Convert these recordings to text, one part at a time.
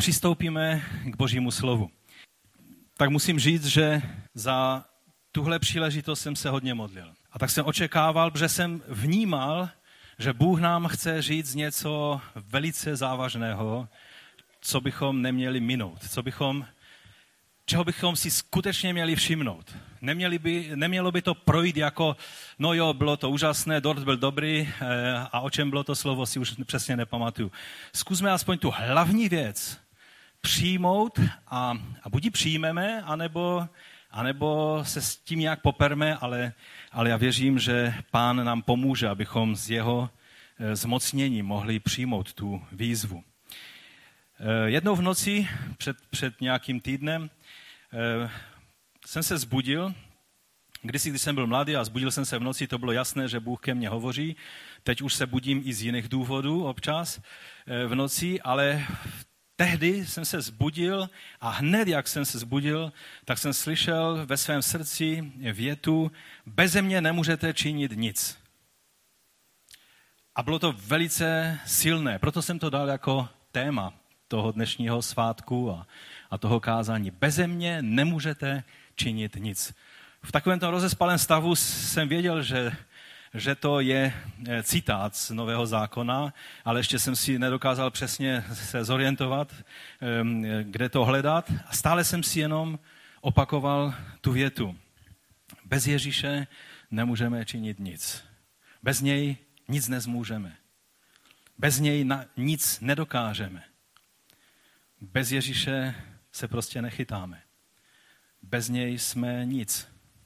přistoupíme k Božímu slovu. Tak musím říct, že za tuhle příležitost jsem se hodně modlil. A tak jsem očekával, protože jsem vnímal, že Bůh nám chce říct něco velice závažného, co bychom neměli minout, čeho bychom si skutečně měli všimnout. Nemělo by to projít jako, no jo, bylo to úžasné, dort byl dobrý a o čem bylo to slovo, si už přesně nepamatuju. Zkusme aspoň tu hlavní věc přijmout a buď ji přijmeme, anebo se s tím nějak poperme, ale já věřím, že Pán nám pomůže, abychom z jeho zmocnění mohli přijmout tu výzvu. Jednou v noci, před nějakým týdnem, jsem se zbudil. Když jsem byl mladý a zbudil jsem se v noci, to bylo jasné, že Bůh ke mně hovoří. Teď už se budím i z jiných důvodů občas v noci, ale tehdy jsem se zbudil a hned, jak jsem se zbudil, tak jsem slyšel ve svém srdci větu: beze mě nemůžete činit nic. A bylo to velice silné, proto jsem to dal jako téma toho dnešního svátku a toho kázání. Beze mě nemůžete činit nic. V takovémto rozespalém stavu jsem věděl, že to je citát z Nového zákona, ale ještě jsem si nedokázal přesně se zorientovat, kde to hledat. A stále jsem si jenom opakoval tu větu. Bez Ježíše nemůžeme činit nic. Bez něj nic nezmůžeme. Bez něj nic nedokážeme. Bez Ježíše se prostě nechytáme. Bez něj jsme nic.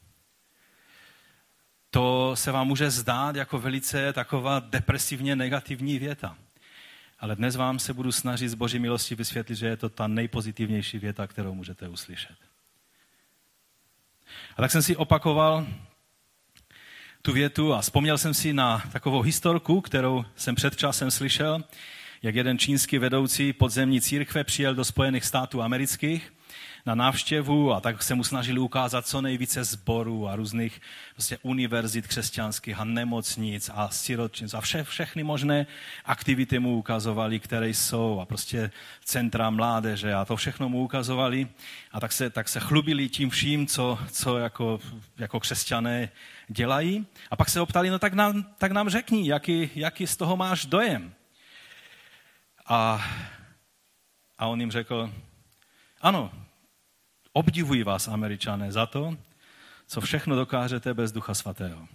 To se vám může zdát jako velice taková depresivně negativní věta. Ale dnes vám se budu snažit z Boží milosti vysvětlit, že je to ta nejpozitivnější věta, kterou můžete uslyšet. A tak jsem si opakoval tu větu a vzpomněl jsem si na takovou historku, kterou jsem před časem slyšel, jak jeden čínský vedoucí podzemní církve přijel do Spojených států amerických na návštěvu a tak se mu snažili ukázat co nejvíce sborů a různých prostě univerzit křesťanských a nemocnic a sirotčinic a všechny možné aktivity mu ukazovali, které jsou a prostě centra mládeže a to všechno mu ukazovali a tak se chlubili tím vším, co jako křesťané dělají. A pak se optali, no tak nám řekni, jaký z toho máš dojem. A on jim řekl, ano, obdivuji vás, Američané, za to, co všechno dokážete bez Ducha Svatého.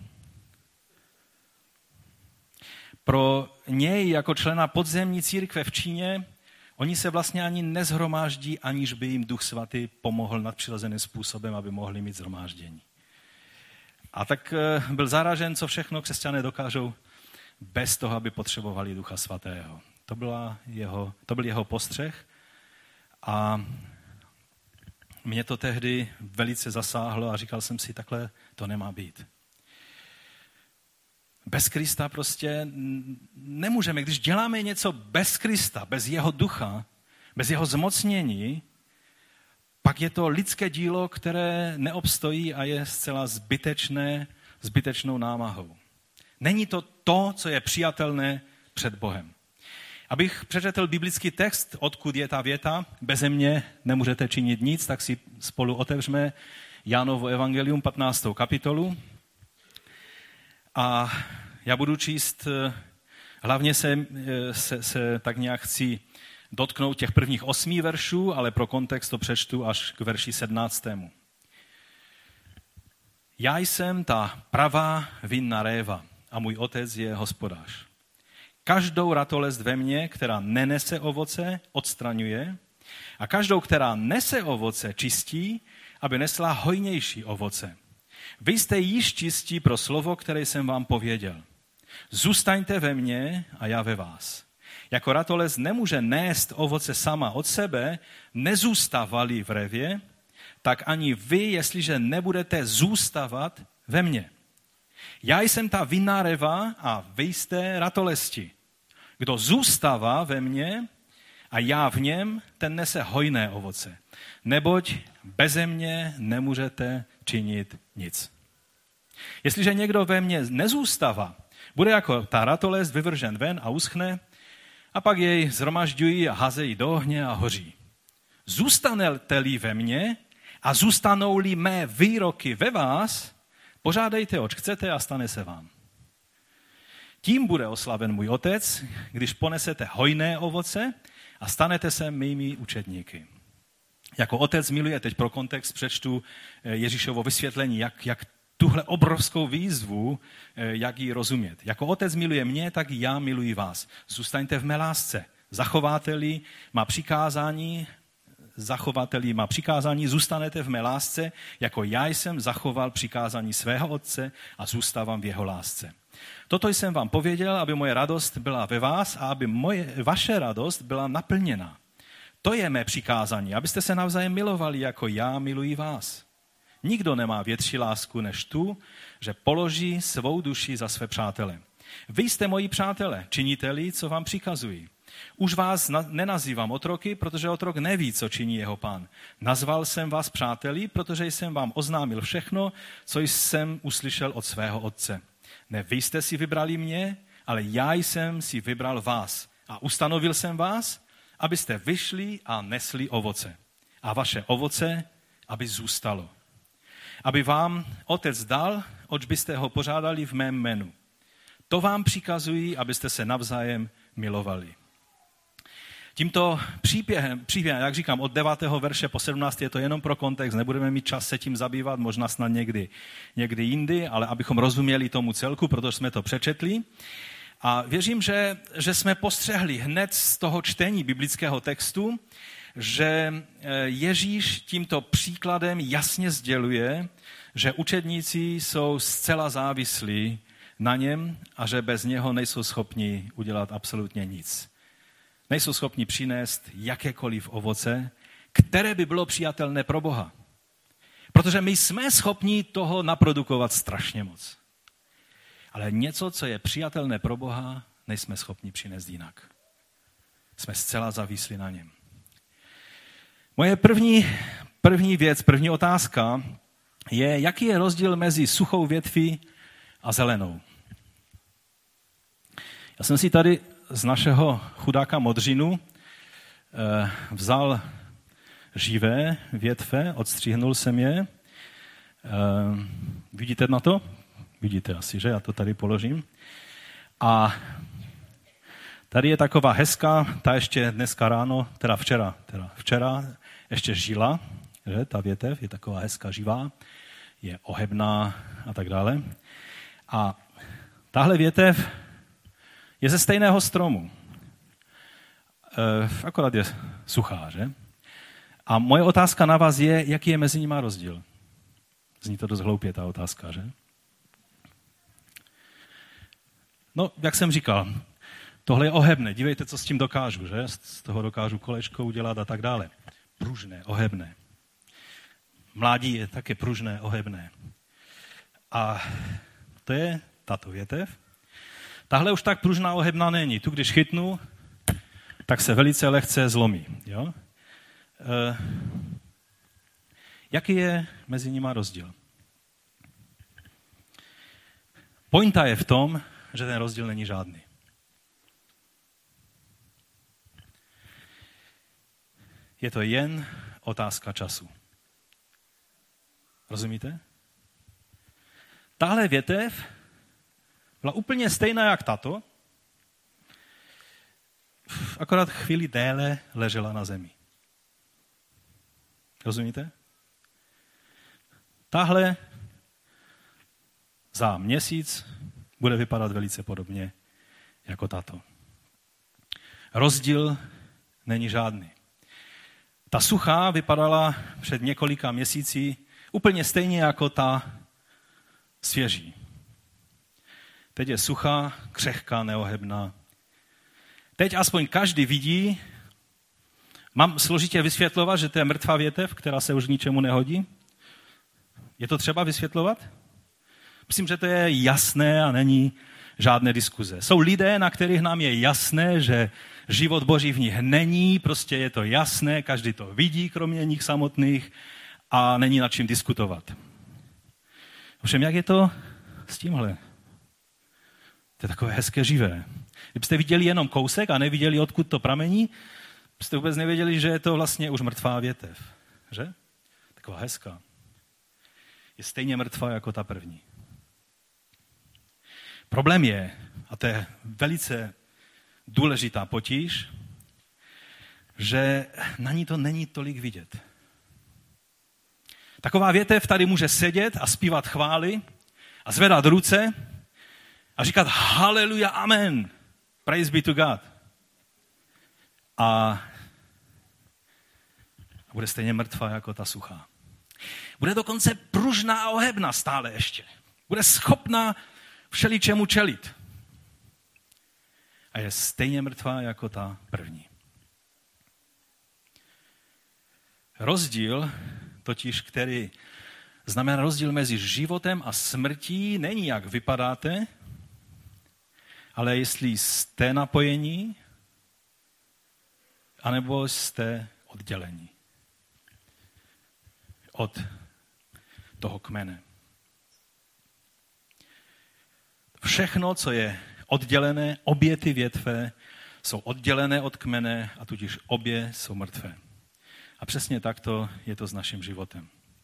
Pro něj jako člena podzemní církve v Číně, oni se vlastně ani nezhromáždí, aniž by jim Duch Svatý pomohl nadpřirozeným způsobem, aby mohli mít shromáždění. A tak byl zaražen, co všechno křesťané dokážou bez toho, aby potřebovali Ducha Svatého. To byl jeho postřeh a mě to tehdy velice zasáhlo a říkal jsem si, takhle to nemá být. Bez Krista prostě nemůžeme. Když děláme něco bez Krista, bez jeho ducha, bez jeho zmocnění, pak je to lidské dílo, které neobstojí a je zcela zbytečnou námahou. Není to to, co je přijatelné před Bohem. Abych přečetl biblický text, odkud je ta věta, beze mě nemůžete činit nic, tak si spolu otevřeme Jánovo evangelium 15. kapitolu. A já budu číst, hlavně se tak nějak chci dotknout těch prvních 8 veršů, ale pro kontext to přečtu až k verši 17. Já jsem ta pravá vinná réva a můj otec je hospodář. Každou ratolest ve mně, která nenese ovoce, odstraňuje a každou, která nese ovoce, čistí, aby nesla hojnější ovoce. Vy jste již čistí pro slovo, které jsem vám pověděl. Zůstaňte ve mně a já ve vás. Jako ratolest nemůže nést ovoce sama od sebe, nezůstávali v révě, tak ani vy, jestliže nebudete zůstávat ve mně. Já jsem ta vinná réva a vy jste ratolesti. Kdo zůstává ve mně a já v něm, ten nese hojné ovoce. Neboť beze mě nemůžete činit nic. Jestliže někdo ve mně nezůstává, bude jako ta ratolest vyvržen ven a uschne a pak jej zhromažďují a hazejí do ohně a hoří. Zůstanete-li ve mně a zůstanou-li mé výroky ve vás, požádejte, oč chcete a stane se vám. Tím bude oslaven můj otec, když ponesete hojné ovoce a stanete se mými učedníky. Jako otec miluje, teď pro kontext přečtu Ježíšovo vysvětlení, jak tuhle obrovskou výzvu, jak ji rozumět. Jako otec miluje mě, tak i já miluji vás. Zůstaňte v mé lásce. Zachováte-li má přikázání, zůstanete v mé lásce, jako já jsem zachoval přikázání svého otce a zůstávám v jeho lásce. Toto jsem vám pověděl, aby moje radost byla ve vás a aby vaše radost byla naplněna. To je mé přikázání, abyste se navzájem milovali, jako já miluji vás. Nikdo nemá větší lásku než tu, že položí svou duši za své přátele. Vy jste moji přátelé, činíte-li, co vám přikazují. Už vás nenazývám otroky, protože otrok neví, co činí jeho pán. Nazval jsem vás přáteli, protože jsem vám oznámil všechno, co jsem uslyšel od svého otce. Ne vy jste si vybrali mě, ale já jsem si vybral vás. A ustanovil jsem vás, abyste vyšli a nesli ovoce. A vaše ovoce, aby zůstalo. Aby vám otec dal, oč byste ho požádali v mém jménu. To vám přikazují, abyste se navzájem milovali. Tímto příběhem, jak říkám, od 9. verše po 17. je to jenom pro kontext, nebudeme mít čas se tím zabývat, možná snad někdy jindy, ale abychom rozuměli tomu celku, protože jsme to přečetli. A věřím, že jsme postřehli hned z toho čtení biblického textu, že Ježíš tímto příkladem jasně sděluje, že učedníci jsou zcela závislí na něm a že bez něho nejsou schopni udělat absolutně nic. Nejsou schopni přinést jakékoliv ovoce, které by bylo přijatelné pro Boha. Protože my jsme schopni toho naprodukovat strašně moc. Ale něco, co je přijatelné pro Boha, nejsme schopni přinést jinak. Jsme zcela závislí na něm. Moje první otázka je, jaký je rozdíl mezi suchou větví a zelenou. Já jsem si tady z našeho chudáka modřinu vzal živé větve, odstříhnul jsem je. Vidíte na to? Vidíte asi, že? Já to tady položím. A tady je taková hezká, ta ještě dneska ráno, včera ještě žila, že? Ta větev je taková hezká živá, je ohebná a tak dále. A tahle větev je ze stejného stromu. Akorát je suchá, že? A moje otázka na vás je, jaký je mezi nimi rozdíl. Zní to dost hloupě, ta otázka, že? No, jak jsem říkal, tohle je ohebné. Dívejte, co s tím dokážu, že? Z toho dokážu kolečko udělat a tak dále. Pružné, ohebné. Mládí je také pružné, ohebné. A to je tato větev. Tahle už tak pružná, ohebná není. Tu, když chytnu, tak se velice lehce zlomí. Jo? Jaký je mezi nimi rozdíl? Pointa je v tom, že ten rozdíl není žádný. Je to jen otázka času. Rozumíte? Tahle větev byla úplně stejná jak tato, akorát chvíli déle ležela na zemi. Rozumíte? Tahle za měsíc bude vypadat velice podobně jako tato. Rozdíl není žádný. Ta suchá vypadala před několika měsíci úplně stejně jako ta svěží. Teď je suchá, křehká, neohebná. Teď aspoň každý vidí, mám složitě vysvětlovat, že to je mrtvá větev, která se už ničemu nehodí? Je to třeba vysvětlovat? Myslím, že to je jasné a není žádné diskuze. Jsou lidé, na kterých nám je jasné, že život Boží v nich není, prostě je to jasné, každý to vidí, kromě nich samotných a není nad čím diskutovat. Ovšem, jak je to s tímhle? To je takové hezké živé. Kdybyste viděli jenom kousek a neviděli, odkud to pramení, Jste vůbec nevěděli, že je to vlastně už mrtvá větev, že? Taková hezká. Je stejně mrtvá jako ta první. Problém je, a to je velice důležitá potíž, že na ní to není tolik vidět. Taková větev tady může sedět a zpívat chvály a zvedat ruce a říkat haleluja, amen, praise be to God. A bude stejně mrtvá jako ta suchá. Bude dokonce pružná a ohebná stále ještě. Bude schopná všeličemu čelit. A je stejně mrtvá jako ta první. Rozdíl, totiž který znamená rozdíl mezi životem a smrtí, není jak vypadáte, ale jestli jste napojení, anebo jste oddělení od toho kmene. Všechno, co je oddělené, obě ty větve jsou oddělené od kmene a tudíž obě jsou mrtvé. A přesně takto je to s naším životem.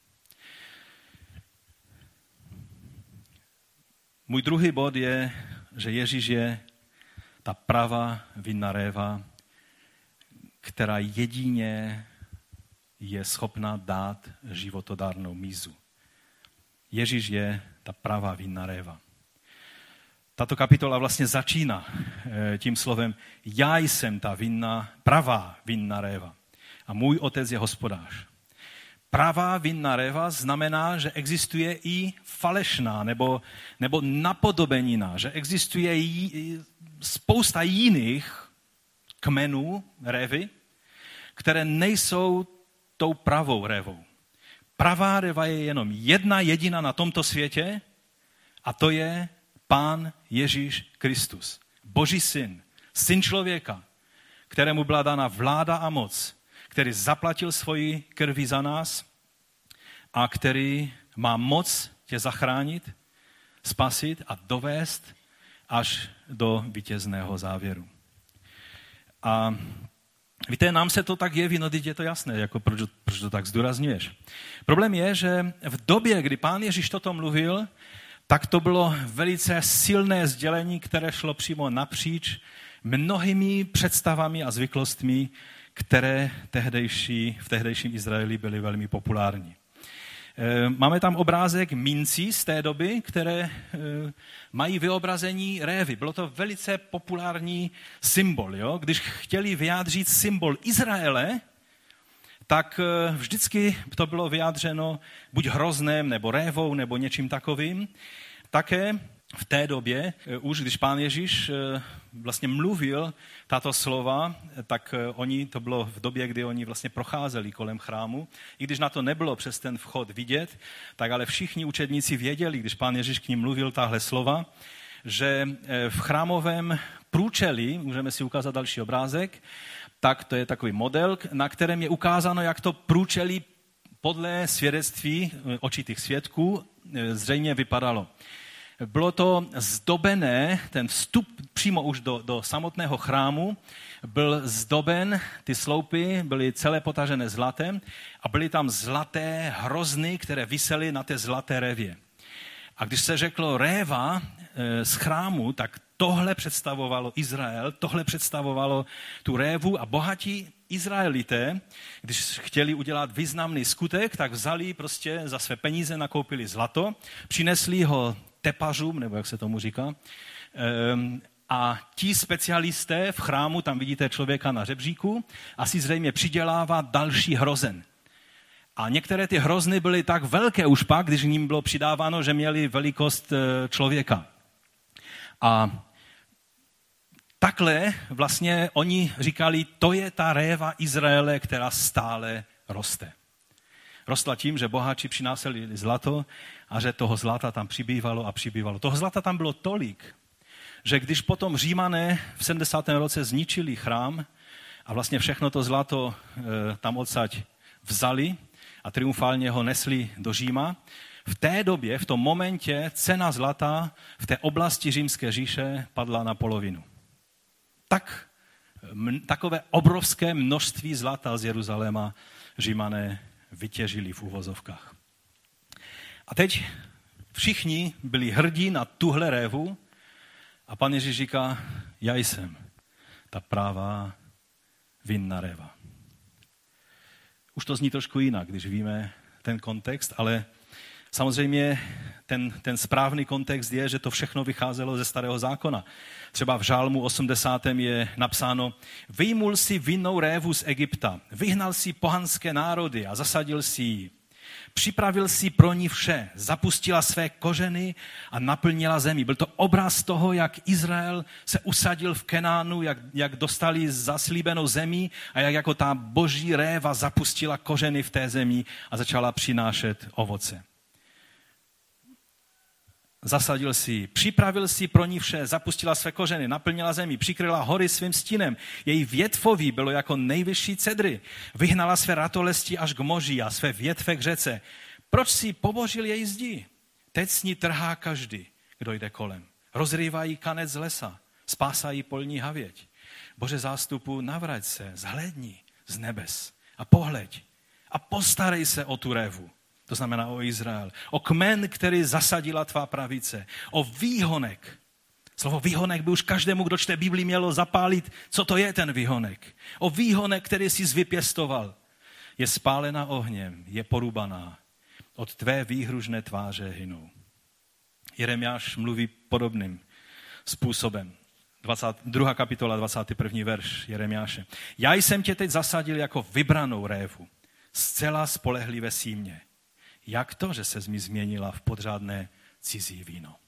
Můj druhý bod je, že Ježíš je ta pravá vinná réva, která jedině je schopná dát životodárnou mízu. Ježíš je ta pravá vinná réva. Tato kapitola vlastně začíná tím slovem já jsem ta pravá vinná réva a můj otec je hospodář. Pravá vinná réva znamená, že existuje i falešná nebo napodobenina, že existuje spousta jiných kmenů révy, které nejsou tou pravou révou. Pravá réva je jenom jedna jediná na tomto světě a to je Pán Ježíš Kristus, Boží syn, syn člověka, kterému byla dána vláda a moc, který zaplatil svoji krví za nás a který má moc tě zachránit, spasit a dovést až do vítězného závěru. A víte, nám se to tak jeví, no teď je to jasné, jako proč to tak zdůrazňuješ. Problém je, že v době, kdy Pán Ježíš toto mluvil, tak to bylo velice silné sdělení, které šlo přímo napříč mnohými představami a zvyklostmi, které v tehdejším Izraeli byly velmi populární. Máme tam obrázek mincí z té doby, které mají vyobrazení révy. Bylo to velice populární symbol. Jo? Když chtěli vyjádřit symbol Izraele, tak vždycky to bylo vyjádřeno buď hroznem, nebo révou, nebo něčím takovým. Také v té době, už když Pán Ježíš vlastně mluvil tato slova, tak to bylo v době, kdy oni vlastně procházeli kolem chrámu. I když na to nebylo přes ten vchod vidět, tak ale všichni učedníci věděli, když Pán Ježíš k ním mluvil tahle slova, že v chrámovém průčelí, můžeme si ukázat další obrázek, tak to je takový model, na kterém je ukázáno, jak to průčelí podle svědectví očitých svědků zřejmě vypadalo. Bylo to zdobené, ten vstup přímo už do samotného chrámu byl zdoben, ty sloupy byly celé potažené zlatem a byly tam zlaté hrozny, které visely na té zlaté révě. A když se řeklo réva z chrámu, tak tohle představovalo Izrael, tohle představovalo tu révu a bohatí Izraelité, když chtěli udělat významný skutek, tak vzali prostě za své peníze, nakoupili zlato, přinesli ho tepařům, nebo jak se tomu říká, a ti specialisté v chrámu, tam vidíte člověka na řebříku, asi zřejmě přidělává další hrozen. A některé ty hrozny byly tak velké už pak, když ním bylo přidáváno, že měly velikost člověka. A takhle vlastně oni říkali, to je ta réva Izraele, která stále roste. Rostla tím, že boháči přinášeli zlato a že toho zlata tam přibývalo a přibývalo. Toho zlata tam bylo tolik, že když potom Římané v 70. roce zničili chrám a vlastně všechno to zlato tam odsaď vzali a triumfálně ho nesli do Říma, v té době, v tom momentě, cena zlata v té oblasti římské říše padla na polovinu. Tak takové obrovské množství zlata z Jeruzaléma Římané vytěžili v uvozovkách. A teď všichni byli hrdí na tuhle révu a pan Ježíš říká, já jsem ta pravá vinná réva. Už to zní trošku jinak, když víme ten kontext, ale samozřejmě ten správný kontext je, že to všechno vycházelo ze Starého zákona. Třeba v Žálmu 80. je napsáno, vyjmul si vinnou révu z Egypta, vyhnal si pohanské národy a zasadil si ji. Připravil si pro ní vše, zapustila své kořeny a naplnila zemi. Byl to obraz toho, jak Izrael se usadil v Kenánu, jak dostali zaslíbenou zemi a jak jako ta boží réva zapustila kořeny v té zemi a začala přinášet ovoce. Zasadil si, připravil si pro ní vše, zapustila své kořeny, naplnila zemi, přikryla hory svým stínem. Její větvoví bylo jako nejvyšší cedry. Vyhnala své ratolesti až k moři a své větve k řece. Proč si pobořil její zdi? Teď s ní trhá každý, kdo jde kolem. Rozrývají kanec z lesa, spásají polní havěť. Bože zástupu, navrať se, zhlédni z nebes a pohleď a postarej se o tu révu. To znamená o Izrael. O kmen, který zasadila tvá pravice. O výhonek. Slovo výhonek by už každému, kdo čte Bibli, mělo zapálit, co to je ten výhonek. O výhonek, který jsi vypěstoval. Je spálena ohněm, je porubaná. Od tvé výhružné tváře hynou. Jeremiáš mluví podobným způsobem. 2. kapitola, 21. verš Jeremiáše. Já jsem tě teď zasadil jako vybranou révu. Zcela spolehlivé símě. Jak to, že se mi změnila v podřádné cizí víno?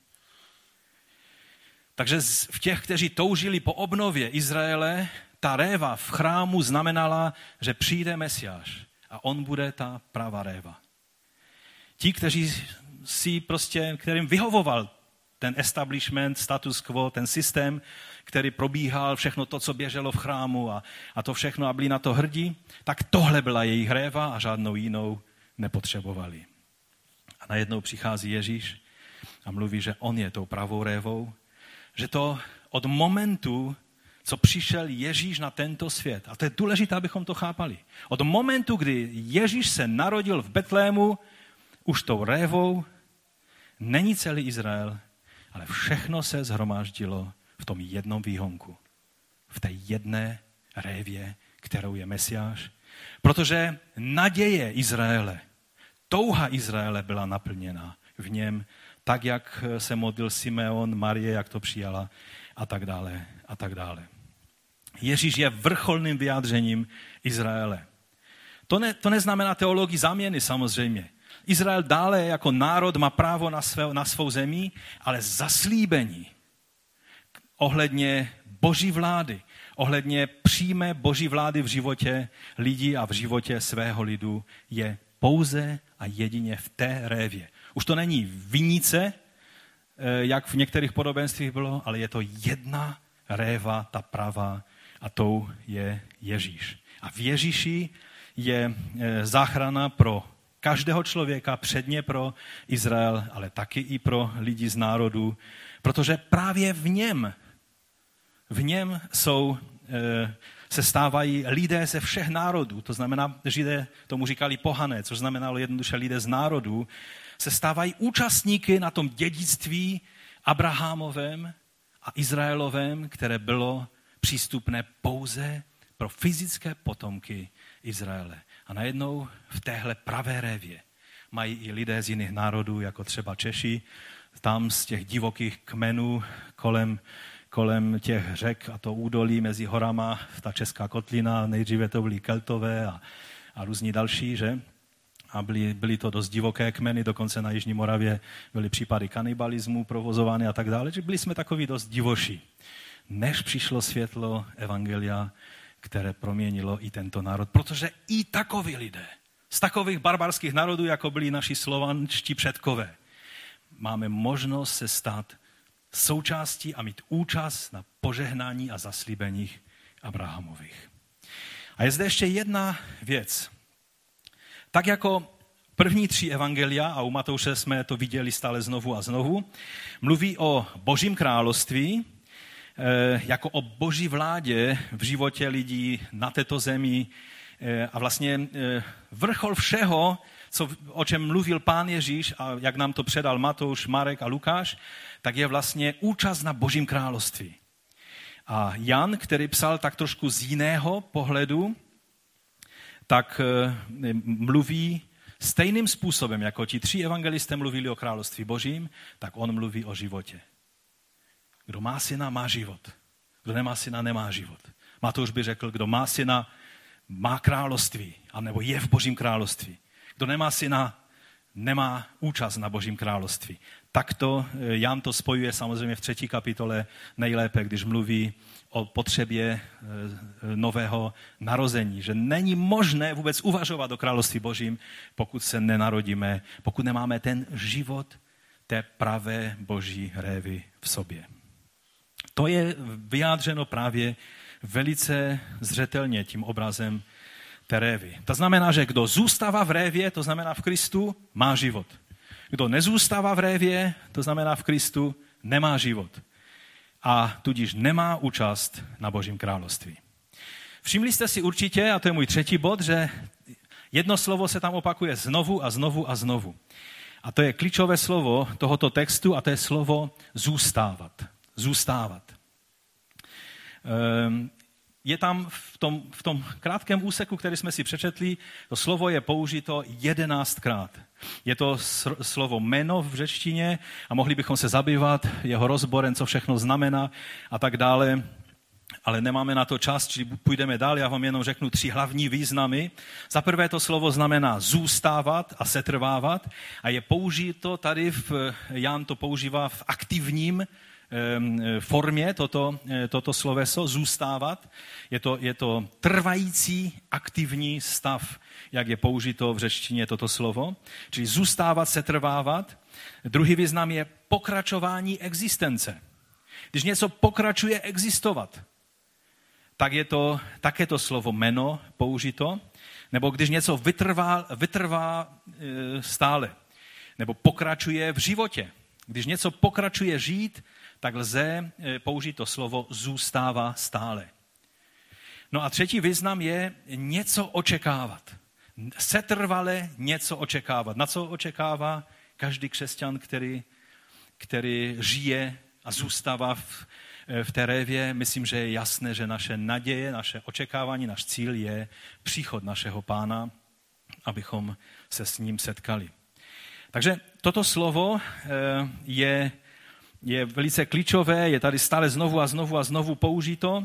Takže v těch, kteří toužili po obnově Izraele, ta réva v chrámu znamenala, že přijde Mesiáš a on bude ta pravá réva. Ti, kterým vyhovoval ten establishment, status quo, ten systém, který probíhal, všechno to, co běželo v chrámu a to všechno a byli na to hrdí, tak tohle byla jejich réva a žádnou jinou nepotřebovali. A najednou přichází Ježíš a mluví, že on je tou pravou révou, že to od momentu, co přišel Ježíš na tento svět, a to je důležité, abychom to chápali, od momentu, kdy Ježíš se narodil v Betlému, už tou révou není celý Izrael, ale všechno se shromáždilo v tom jednom výhonku, v té jedné révě, kterou je Mesiáš, protože naděje Izraele, touha Izraele byla naplněna v něm, tak, jak se modlil Simeon, Marie, jak to přijala a tak dále a tak dále. Ježíš je vrcholným vyjádřením Izraele. To neznamená teologii záměny samozřejmě. Izrael dále jako národ má právo na svou zemi, ale zaslíbení ohledně boží vlády, ohledně přímé boží vlády v životě lidí a v životě svého lidu je pouze a jedině v té révě. Už to není vinice, jak v některých podobenstvích bylo, ale je to jedna réva, ta pravá, a tou je Ježíš. A v Ježíši je záchrana pro každého člověka, předně pro Izrael, ale taky i pro lidi z národů, protože právě v něm se stávají lidé ze všech národů, to znamená, Židé tomu říkali pohané, což znamenalo jednoduše lidé z národů, se stávají účastníky na tom dědictví Abrahamovém a Izraelovém, které bylo přístupné pouze pro fyzické potomky Izraele. A najednou v téhle pravé révě mají i lidé z jiných národů, jako třeba Češi, tam z těch divokých kmenů kolem těch řek a to údolí mezi horama, ta Česká kotlina, nejdříve to byli Keltové a různí další, že? A byly to dost divoké kmeny, dokonce na Jižní Moravě byly případy kanibalismu provozovány a tak dále, že byli jsme takový dost divoší. Než přišlo světlo evangelia, které proměnilo i tento národ, protože i takoví lidé, z takových barbarských národů, jako byli naši slovanští předkové, máme možnost se stát součástí a mít účast na požehnání a zaslíbeních Abrahamových. A je zde ještě jedna věc. Tak jako první 3 evangelia, a u Matouše jsme to viděli stále znovu a znovu, mluví o Božím království, jako o boží vládě v životě lidí na této zemi a vlastně vrchol všeho, o čem mluvil Pán Ježíš a jak nám to předal Matouš, Marek a Lukáš, tak je vlastně účast na Božím království. A Jan, který psal tak trošku z jiného pohledu, tak mluví stejným způsobem, jako ti 3 evangelisté mluvili o království Božím, tak on mluví o životě. Kdo má syna, má život. Kdo nemá syna, nemá život. Matouš by řekl, kdo má syna, má království, anebo je v Božím království. Kdo nemá syna, nemá účast na Božím království. Takto Jan to spojuje samozřejmě v 3. kapitole nejlépe, když mluví o potřebě nového narození, že není možné vůbec uvažovat o království Božím, pokud se nenarodíme, pokud nemáme ten život té pravé Boží révy v sobě. To je vyjádřeno právě velice zřetelně tím obrazem té révy. To znamená, že kdo zůstává v révě, to znamená v Kristu, má život. Kdo nezůstává v révě, to znamená v Kristu, nemá život. A tudíž nemá účast na Božím království. Všimli jste si určitě, a to je můj 3. bod, že jedno slovo se tam opakuje znovu a znovu a znovu. A to je klíčové slovo tohoto textu a to je slovo zůstávat. Zůstávat. Je tam v tom krátkém úseku, který jsme si přečetli, to slovo je použito 11krát. Je to slovo jméno v řečtině a mohli bychom se zabývat jeho rozborem, co všechno znamená a tak dále, ale nemáme na to čas, či půjdeme dál, já vám jenom řeknu 3 hlavní významy. Za prvé to slovo znamená zůstávat a setrvávat a je použito tady, Jan to používá v aktivním formě, toto sloveso, zůstávat. Je to trvající aktivní stav, jak je použito v řečtině toto slovo. Čili zůstávat, setrvávat. Druhý význam je pokračování existence. Když něco pokračuje existovat, tak je to také to slovo jméno použito. Nebo když něco vytrvá stále. Nebo pokračuje v životě. Když něco pokračuje žít, tak lze použít to slovo zůstává stále. No a 3. význam je něco očekávat. Setrvale něco očekávat. Na co očekává každý křesťan, který žije a zůstává v té révě? Myslím, že je jasné, že naše naděje, naše očekávání, náš cíl je příchod našeho Pána, abychom se s ním setkali. Takže toto slovo je velice klíčové, je tady stále znovu a znovu a znovu použito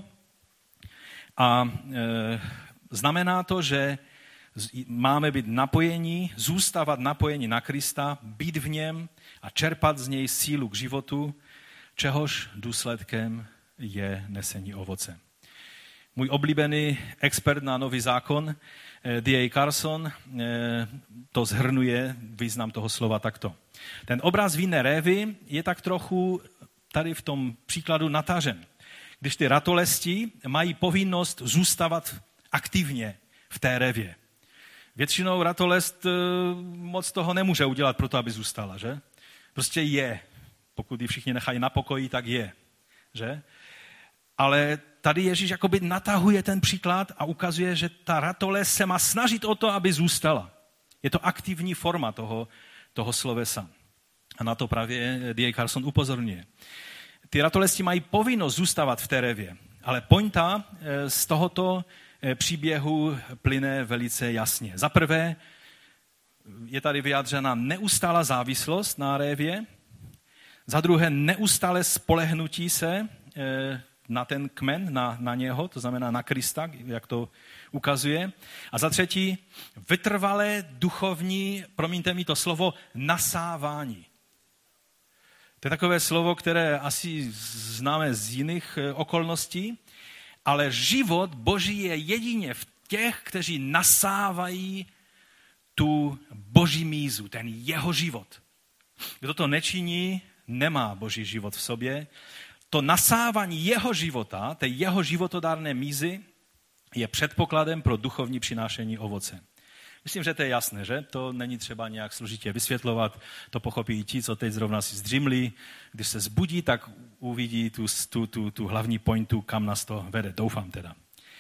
a znamená to, že máme být napojení, zůstávat napojení na Krista, být v něm a čerpat z něj sílu k životu, čehož důsledkem je nesení ovoce. Můj oblíbený expert na Nový zákon, D.A. Carson, to shrnuje význam toho slova takto. Ten obraz vinné révy je tak trochu tady v tom příkladu natažen. Když ty ratolesti mají povinnost zůstávat aktivně v té révě. Většinou ratolest moc toho nemůže udělat pro to, aby zůstala, že? Prostě je. Pokud ji všichni nechají na pokoji, tak je. Že? Ale tady Ježíš jakoby natahuje ten příklad a ukazuje, že ta ratole se má snažit o to, aby zůstala. Je to aktivní forma toho slovesa. A na to právě D.A. Carson upozorňuje. Ty ratolesti mají povinnost zůstávat v té révě, ale pointa z tohoto příběhu plyne velice jasně. Za prvé je tady vyjádřena neustálá závislost na révě, za druhé neustále spolehnutí se na ten kmen, na něho, to znamená na Krista, jak to ukazuje. A za třetí, vytrvalé duchovní, promiňte mi to slovo, nasávání. To je takové slovo, které asi známe z jiných okolností, ale život Boží je jedině v těch, kteří nasávají tu Boží mízu, ten jeho život. Kdo to nečiní, nemá Boží život v sobě. To nasávání jeho života, té jeho životodárné mízy, je předpokladem pro duchovní přinášení ovoce. Myslím, že to je jasné, že? To není třeba nějak složitě vysvětlovat, to pochopí i ti, co teď zrovna si zdřímli. Když se zbudí, tak uvidí tu hlavní pointu, kam nás to vede. Doufám teda.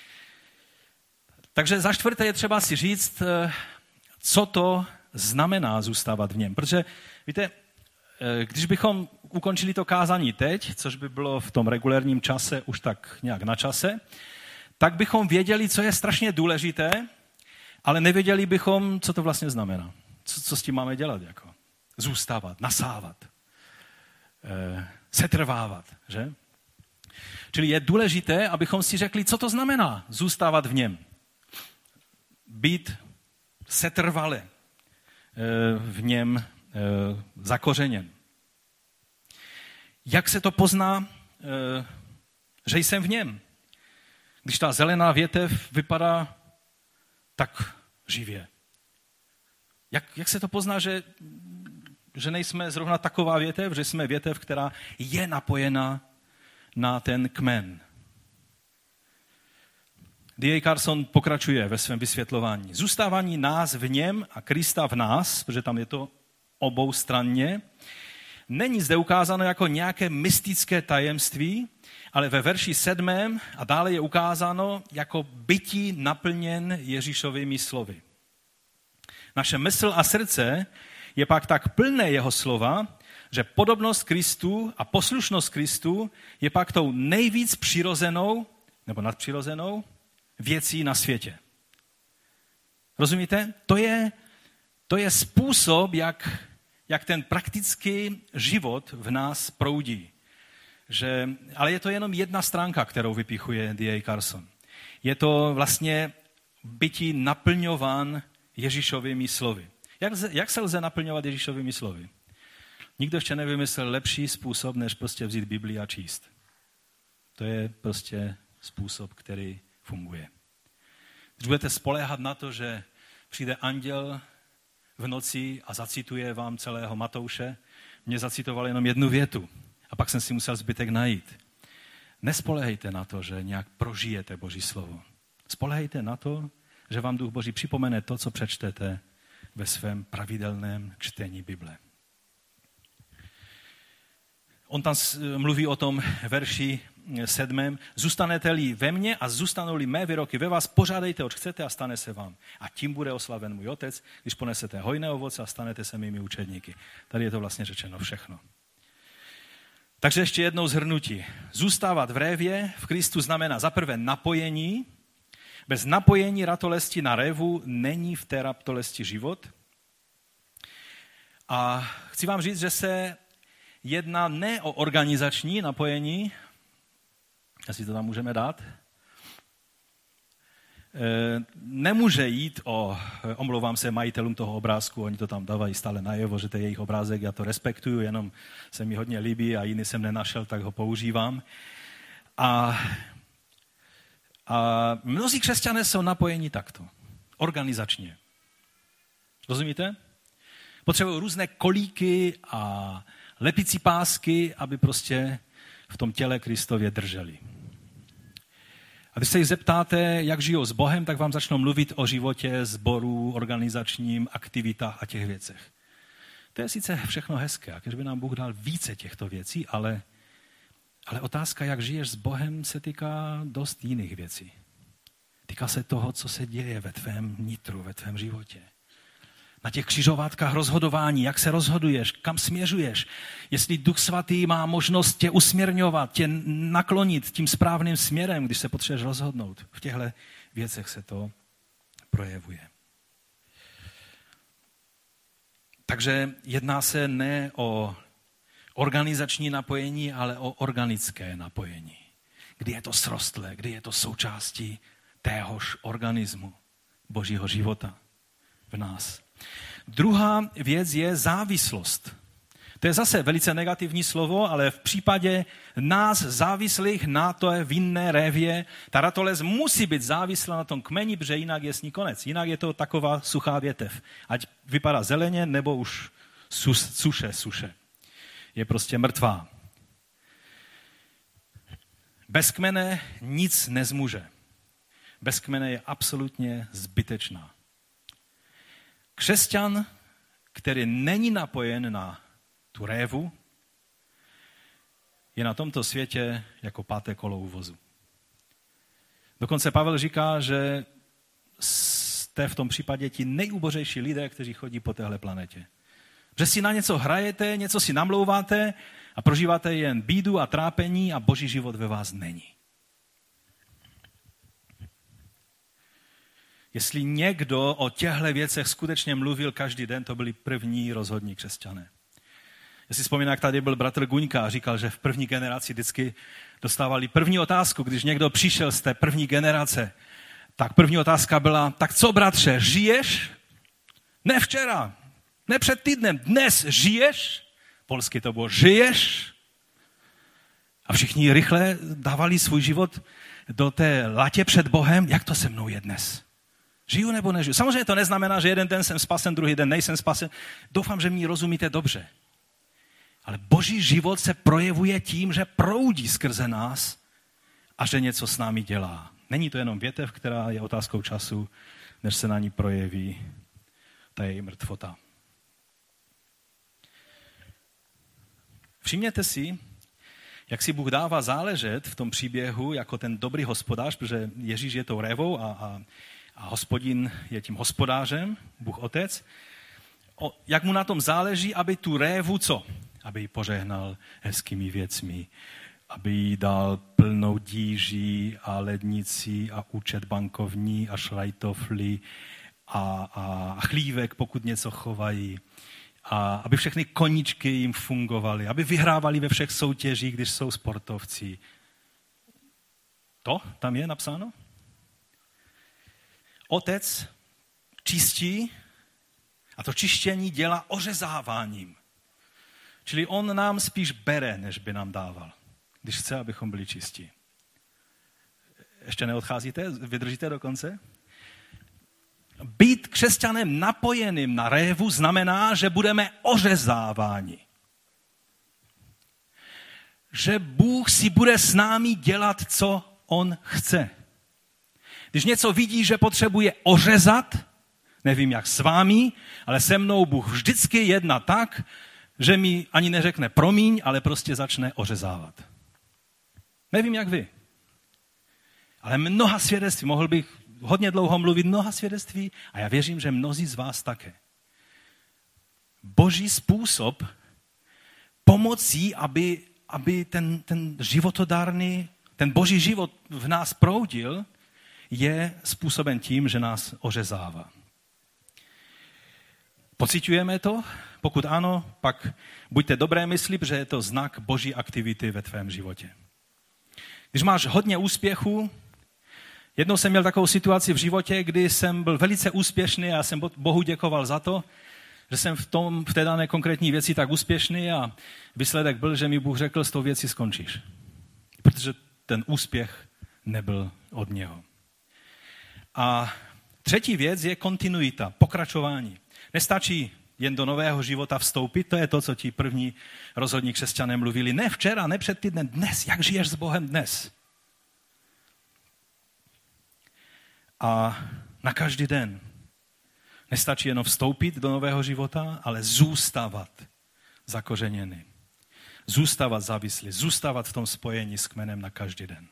Takže za čtvrté je třeba si říct, co to znamená zůstávat v něm. Protože, víte, když bychom ukončili to kázání teď, což by bylo v tom regulérním čase už tak nějak na čase, tak bychom věděli, co je strašně důležité, ale nevěděli bychom, co to vlastně znamená. Co s tím máme dělat? Jako? Zůstávat, nasávat, setrvávat. Že? Čili je důležité, abychom si řekli, co to znamená zůstávat v něm. Být setrvale v něm zakořeněn. Jak se to pozná, že jsem v něm? Když ta zelená větev vypadá tak živě. Jak se to pozná, že nejsme zrovna taková větev, že jsme větev, která je napojena na ten kmen? D.A. Carson pokračuje ve svém vysvětlování. Zůstávání nás v něm a Krista v nás, protože tam je to oboustranně, není zde ukázáno jako nějaké mystické tajemství, ale ve verši 7. a dále je ukázáno jako bytí naplněn Ježíšovými slovy. Naše mysl a srdce je pak tak plné jeho slova, že podobnost Kristu a poslušnost Kristu je pak tou nejvíc přirozenou nebo nadpřirozenou věcí na světě. Rozumíte? To je způsob, jak ten praktický život v nás proudí. Ale je to jenom jedna stránka, kterou vypichuje D.A. Carson. Je to vlastně bytí naplňován Ježíšovými slovy. Jak se lze naplňovat Ježíšovými slovy? Nikdo ještě nevymyslel lepší způsob, než prostě vzít Biblii a číst. To je prostě způsob, který funguje. Když budete spoléhat na to, že přijde anděl v noci a zacituje vám celého Matouše, mě zacitoval jenom jednu větu a pak jsem si musel zbytek najít. Nespoléhejte na to, že nějak prožijete Boží slovo. Spoléhejte na to, že vám Duch Boží připomene to, co přečtete ve svém pravidelném čtení Bible. On tam mluví o tom verši 7. Zůstanete-li ve mně a zůstanou-li mé výroky ve vás, požádejte, oč chcete a stane se vám. A tím bude oslaven můj otec, když ponesete hojné ovoce a stanete se mými učedníky. Tady je to vlastně řečeno všechno. Takže ještě jednou shrnutí. Zůstávat v révě v Kristu znamená za prvé napojení. Bez napojení ratolesti na révu není v té ratolesti život. A chci vám říct, že se jedná ne o organizační napojení, asi to tam můžeme dát, nemůže jít omlouvám se majitelům toho obrázku, oni to tam dávají stále najevo, že to je jejich obrázek, já to respektuju, jenom se mi hodně líbí a jiný jsem nenašel, tak ho používám. A mnozí křesťané jsou napojeni takto, organizačně. Rozumíte? Potřebují různé kolíky a lepicí pásky, aby prostě v tom těle Kristově drželi. A když se jich zeptáte, jak žijou s Bohem, tak vám začnou mluvit o životě, sboru, organizačním, aktivitách a těch věcech. To je sice všechno hezké, když by nám Bůh dal více těchto věcí, ale otázka, jak žiješ s Bohem, se týká dost jiných věcí. Týká se toho, co se děje ve tvém nitru, ve tvém životě. Na těch křižovátkách rozhodování, jak se rozhoduješ, kam směřuješ, jestli Duch Svatý má možnost tě usměrňovat, tě naklonit tím správným směrem, když se potřebuješ rozhodnout. V těchto věcech se to projevuje. Takže jedná se ne o organizační napojení, ale o organické napojení. Kdy je to srostlé, kdy je to součástí téhož organismu Božího života v nás. Druhá věc je závislost. To je zase velice negativní slovo, ale v případě nás závislých na té vinné révě, ta ratolest musí být závislá na tom kmeni, protože jinak je s ní konec. Jinak je to taková suchá větev. Ať vypadá zeleně, nebo už suše. Je prostě mrtvá. Bez kmene nic nezmůže. Bez kmene je absolutně zbytečná. Křesťan, který není napojen na tu révu, je na tomto světě jako páté kolo u vozu. Dokonce Pavel říká, že jste v tom případě ti nejubořejší lidé, kteří chodí po téhle planetě. Že si na něco hrajete, něco si namlouváte a prožíváte jen bídu a trápení a boží život ve vás není. Jestli někdo o těchto věcech skutečně mluvil každý den, to byli první rozhodní křesťané. Já si vzpomínám, jak tady byl bratr Guňka a říkal, že v první generaci vždycky dostávali první otázku, když někdo přišel z té první generace, tak první otázka byla, tak co bratře, žiješ? Ne včera, ne před týdnem, dnes žiješ? Polsky to bylo, žiješ? A všichni rychle dávali svůj život do té latě před Bohem, jak to se mnou je dnes? Žiju nebo nežiju? Samozřejmě to neznamená, že jeden den jsem spasen, druhý den nejsem spasen. Doufám, že mě rozumíte dobře. Ale boží život se projevuje tím, že proudí skrze nás a že něco s námi dělá. Není to jenom větev, která je otázkou času, než se na ní projeví ta její mrtvota. Všimněte si, jak si Bůh dává záležet v tom příběhu jako ten dobrý hospodář, protože Ježíš je tou révou a Hospodin je tím hospodářem, Bůh Otec. Jak mu na tom záleží, aby tu révu co? Aby ji požehnal hezkými věcmi, aby jí dal plnou díží a lednicí a účet bankovní a šrajtofly a chlívek, pokud něco chovají. A aby všechny koníčky jim fungovaly, aby vyhrávali ve všech soutěžích, když jsou sportovci. To tam je napsáno? Otec čistí a to čištění dělá ořezáváním. Čili on nám spíš bere, než by nám dával, když chce, abychom byli čistí. Ještě neodcházíte? Vydržíte do konce? Být křesťanem napojeným na révu znamená, že budeme ořezáváni. Že Bůh si bude s námi dělat, co on chce. Když něco vidí, že potřebuje ořezat, nevím jak s vámi, ale se mnou Bůh vždycky jedná tak, že mi ani neřekne promiň, ale prostě začne ořezávat. Nevím jak vy. Ale mnoha svědectví, mohl bych hodně dlouho mluvit, mnoha svědectví a já věřím, že mnozí z vás také. Boží způsob pomocí, aby ten životodárný, ten boží život v nás proudil, je způsoben tím, že nás ořezává. Pociťujeme to? Pokud ano, pak buďte dobré mysli, protože je to znak boží aktivity ve tvém životě. Když máš hodně úspěchu, jednou jsem měl takovou situaci v životě, kdy jsem byl velice úspěšný a já jsem Bohu děkoval za to, že jsem v té dané konkrétní věci tak úspěšný a výsledek byl, že mi Bůh řekl, s tou věcí skončíš. Protože ten úspěch nebyl od něho. A třetí věc je kontinuita, pokračování. Nestačí jen do nového života vstoupit, to je to, co ti první rozhodní křesťané mluvili. Ne včera, ne před týdnem, dnes. Jak žiješ s Bohem dnes? A na každý den. Nestačí jenom vstoupit do nového života, ale zůstávat zakořeněný. Zůstávat závislý, zůstávat v tom spojení s kmenem na každý den.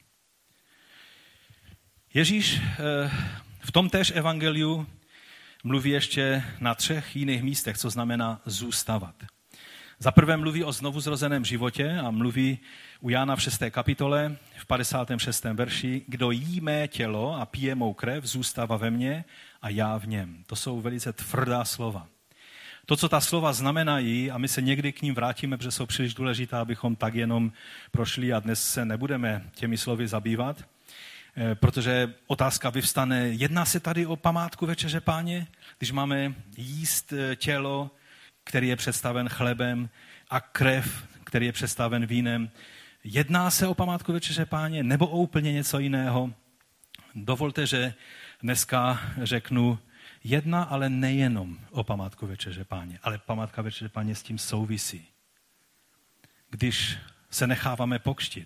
Ježíš v tom též evangeliu mluví ještě na 3 jiných místech, co znamená zůstávat. Za prvé mluví o znovuzrozeném životě a mluví u Jána v 6. kapitole v 56. verši, kdo jí mé tělo a pije mou krev, zůstává ve mně a já v něm. To jsou velice tvrdá slova. To, co ta slova znamenají, a my se někdy k ním vrátíme, protože jsou příliš důležitá, abychom tak jenom prošli a dnes se nebudeme těmi slovy zabývat, protože otázka vyvstane, jedná se tady o památku Večeře Páně, když máme jíst tělo, který je představen chlebem a krev, který je představen vínem. Jedná se o památku Večeře Páně nebo o úplně něco jiného? Dovolte, že dneska řeknu jedna, ale nejenom o památku Večeře Páně, ale památka Večeře Páně s tím souvisí. Když se necháváme pokřtit,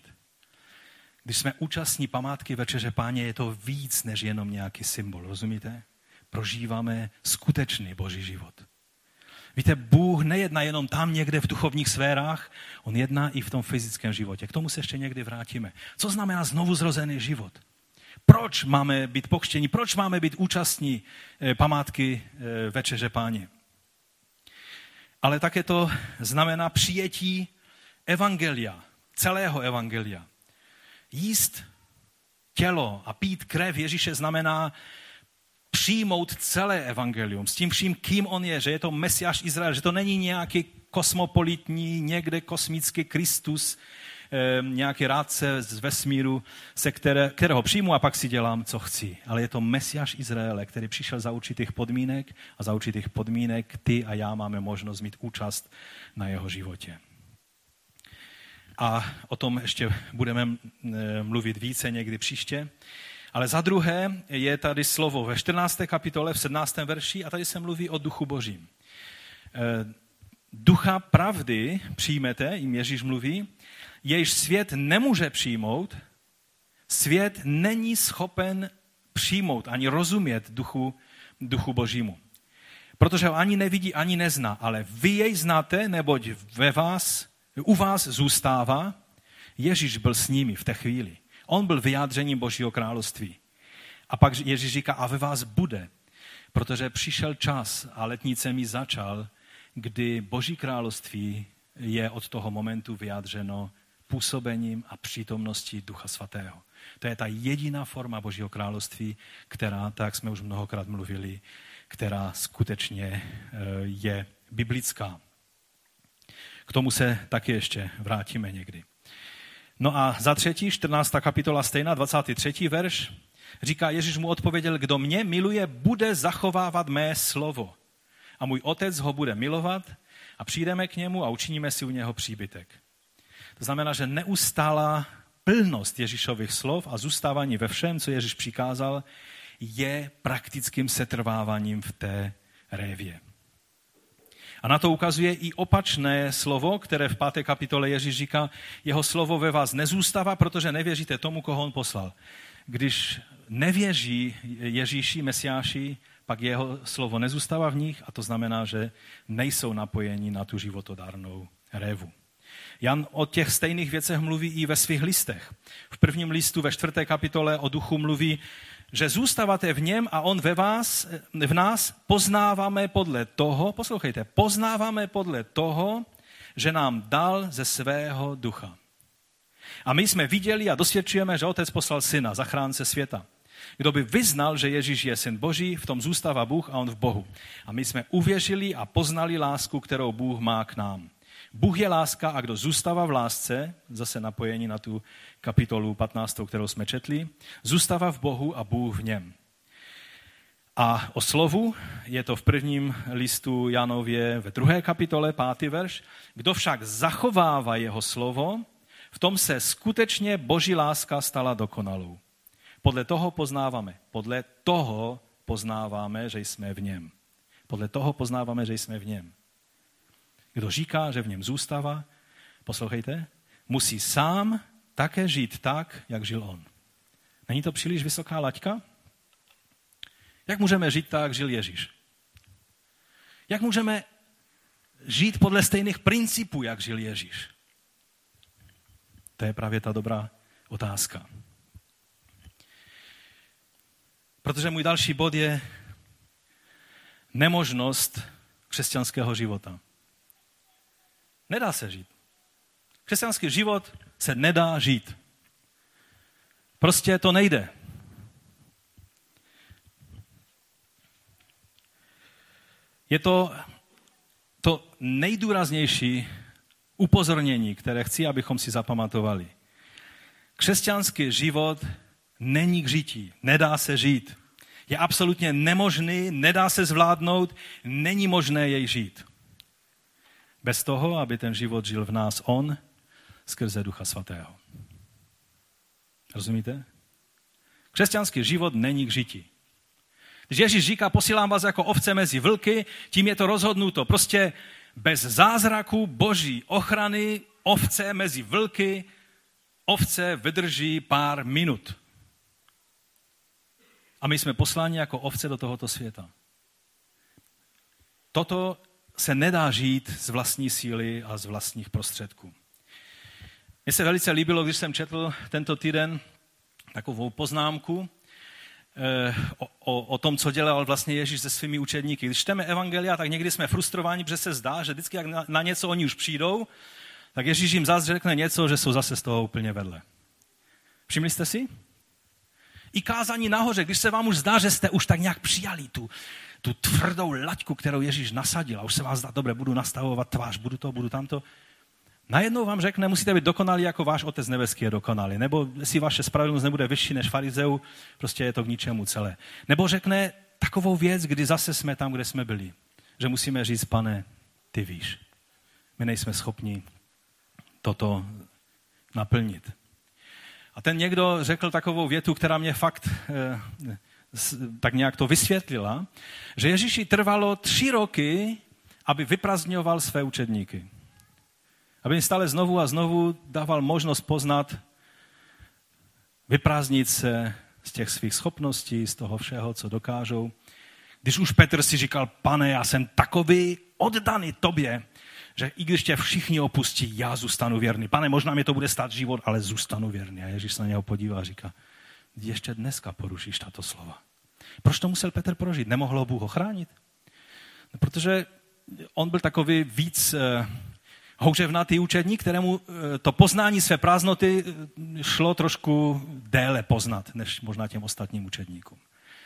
když jsme účastní památky Večeře Páně, je to víc než jenom nějaký symbol, rozumíte? prožíváme skutečný Boží život. Víte, Bůh nejedná jenom tam někde v duchovních sférách, on jedná i v tom fyzickém životě. K tomu se ještě někdy vrátíme. Co znamená znovu zrozený život? Proč máme být pokřtěni? Proč máme být účastní památky Večeře Páně? Ale také to znamená přijetí evangelia, celého evangelia. Jíst tělo a pít krev Ježíše znamená přijmout celé evangelium s tím vším, kým on je, že je to Mesiáš Izrael, že to není nějaký kosmopolitní, někde kosmický Kristus, nějaký rádce z vesmíru, kterého přijmu a pak si dělám, co chci. Ale je to Mesiáš Izraele, který přišel za určitých podmínek a za určitých podmínek ty a já máme možnost mít účast na jeho životě. A o tom ještě budeme mluvit více někdy příště. Ale za druhé je tady slovo ve 14. kapitole, v 17. verši a tady se mluví o duchu božím. Ducha pravdy přijmete, jim Ježíš mluví, jejíž svět nemůže přijmout, svět není schopen přijmout ani rozumět duchu božímu. Protože ho ani nevidí, ani nezná, ale vy jej znáte, neboť u vás zůstává. Ježíš byl s nimi v té chvíli. On byl vyjádřením Božího království. A pak Ježíš říká, a ve vás bude, protože přišel čas a letnice mi začal, kdy Boží království je od toho momentu vyjádřeno působením a přítomností Ducha Svatého. To je ta jediná forma Božího království, která, tak jsme už mnohokrát mluvili, která skutečně je biblická. K tomu se taky ještě vrátíme někdy. No a za třetí, 14. kapitola stejná, 23. verš, říká, Ježíš mu odpověděl, kdo mě miluje, bude zachovávat mé slovo. A můj otec ho bude milovat a přijdeme k němu a učiníme si u něho příbytek. To znamená, že neustálá plnost Ježíšových slov a zůstávání ve všem, co Ježíš přikázal, je praktickým setrváváním v té révě. A na to ukazuje i opačné slovo, které v 5. kapitole Ježíš říká, jeho slovo ve vás nezůstává, protože nevěříte tomu, koho on poslal. Když nevěří Ježíši, Mesiáši, pak jeho slovo nezůstává v nich a to znamená, že nejsou napojeni na tu životodárnou révu. Jan o těch stejných věcech mluví i ve svých listech. V 1. listu ve 4. kapitole o duchu mluví, že zůstáváte v něm a on v nás poznáváme podle toho, poslouchejte, poznáváme podle toho, že nám dal ze svého ducha. A my jsme viděli a dosvědčujeme, že Otec poslal Syna, zachránce světa. Kdo by vyznal, že Ježíš je Syn Boží, v tom zůstává Bůh a on v Bohu. A my jsme uvěřili a poznali lásku, kterou Bůh má k nám. Bůh je láska a kdo zůstává v lásce, zase napojení na tu kapitolu 15, kterou jsme četli, zůstává v Bohu a Bůh v něm. A o slovu je to v 1. listu Janově ve 2. kapitole 5. verš. Kdo však zachovává jeho slovo, v tom se skutečně Boží láska stala dokonalou. Podle toho poznáváme, že jsme v něm. Podle toho poznáváme, že jsme v něm. Kdo říká, že v něm zůstává, poslouchejte, musí sám také žít tak, jak žil on. Není to příliš vysoká laťka? Jak můžeme žít tak, jak žil Ježíš? Jak můžeme žít podle stejných principů, jak žil Ježíš? To je právě ta dobrá otázka. Protože můj další bod je nemožnost křesťanského života. Nedá se žít. Křesťanský život se nedá žít. Prostě to nejde. Je to nejdůraznější upozornění, které chci, abychom si zapamatovali. Křesťanský život není k žití, nedá se žít. Je absolutně nemožný, nedá se zvládnout, není možné jej žít. Bez toho, aby ten život žil v nás on skrze Ducha Svatého. Rozumíte? Křesťanský život není k žití. Když Ježíš říká, posílám vás jako ovce mezi vlky, tím je to rozhodnuto. Prostě bez zázraku Boží ochrany ovce mezi vlky, ovce vydrží pár minut. A my jsme posláni jako ovce do tohoto světa. Toto se nedá žít z vlastní síly a z vlastních prostředků. Mně se velice líbilo, když jsem četl tento týden takovou poznámku o tom, co dělal vlastně Ježíš se svými učedníky. Když čteme evangelia, tak někdy jsme frustrováni, protože se zdá, že vždycky, jak na něco oni už přijdou, tak Ježíš jim zase řekne něco, že jsou zase z toho úplně vedle. Všimli jste si? I kázání nahoře, když se vám už zdá, že jste už tak nějak přijali tu tvrdou laťku, kterou Ježíš nasadil a už se vám zdá, dobře, budu nastavovat tvář, budu to, budu tamto. Najednou vám řekne, musíte být dokonalí, jako váš Otec nebeský je dokonalý. Nebo jestli vaše spravedlnost nebude vyšší než farizeu, prostě je to k ničemu celé. Nebo řekne takovou věc, kdy zase jsme tam, kde jsme byli. Že musíme říct, Pane, ty víš. My nejsme schopni toto naplnit. A ten někdo řekl takovou větu, která mě fakt tak nějak to vysvětlila, že Ježíši trvalo 3 roky, aby vyprazdňoval své učedníky. Aby jim stále znovu a znovu dával možnost poznat, vyprázdnit se z těch svých schopností, z toho všeho, co dokážou. Když už Petr si říkal, Pane, já jsem takový oddaný tobě, že i když tě všichni opustí, já zůstanu věrný. Pane, možná mě to bude stát život, ale zůstanu věrný. A Ježíš se na něho podívá a říká, ještě dneska porušíš tato slova. Proč to musel Petr prožít? Nemohl ho Bůh ochránit? No, protože on byl takový víc houževnatý učedník, kterému to poznání své prázdnoty šlo trošku déle poznat, než možná těm ostatním učedníkům.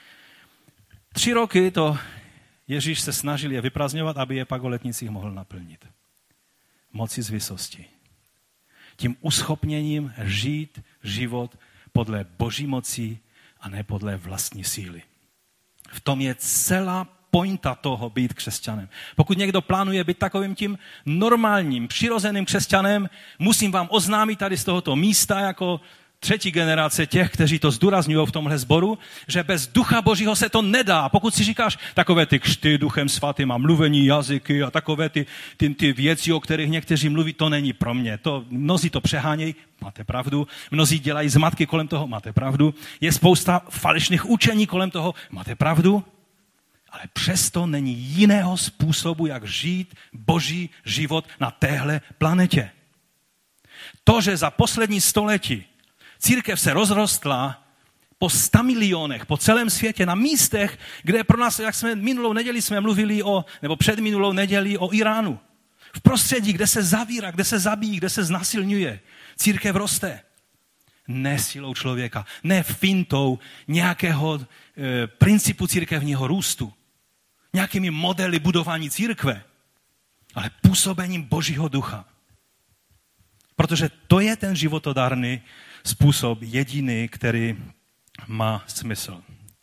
3 roky to Ježíš se snažil je vyprázdňovat, aby je pak o letnicích mohl naplnit. Moci z vysosti. Tím uschopněním žít život podle Boží moci a ne podle vlastní síly. V tom je celá pointa toho být křesťanem. Pokud někdo plánuje být takovým tím normálním, přirozeným křesťanem, musím vám oznámit tady z tohoto místa jako 3. generace těch, kteří to zdůrazňují v tomhle sboru, že bez Ducha Božího se to nedá. Pokud si říkáš takové ty křty Duchem Svatým a mluvení jazyky a takové ty věci, o kterých někteří mluví, to není pro mě. Mnozí to přehánějí, máte pravdu. Mnozí dělají zmatky kolem toho, máte pravdu. Je spousta falešných učení kolem toho, máte pravdu. Ale přesto není jiného způsobu, jak žít Boží život na téhle planetě. To, že za poslední století církev se rozrostla po 100 milionech, po celém světě, na místech, kde pro nás, jak jsme minulou neděli jsme mluvili nebo před minulou neděli o Iránu. V prostředí, kde se zavírá, kde se zabíjí, kde se znasilňuje. Církev roste. Ne silou člověka, ne fintou nějakého principu církevního růstu, nějakými modely budování církve, ale působením Božího ducha. Protože to je ten životodárný způsob jediný, který má smysl.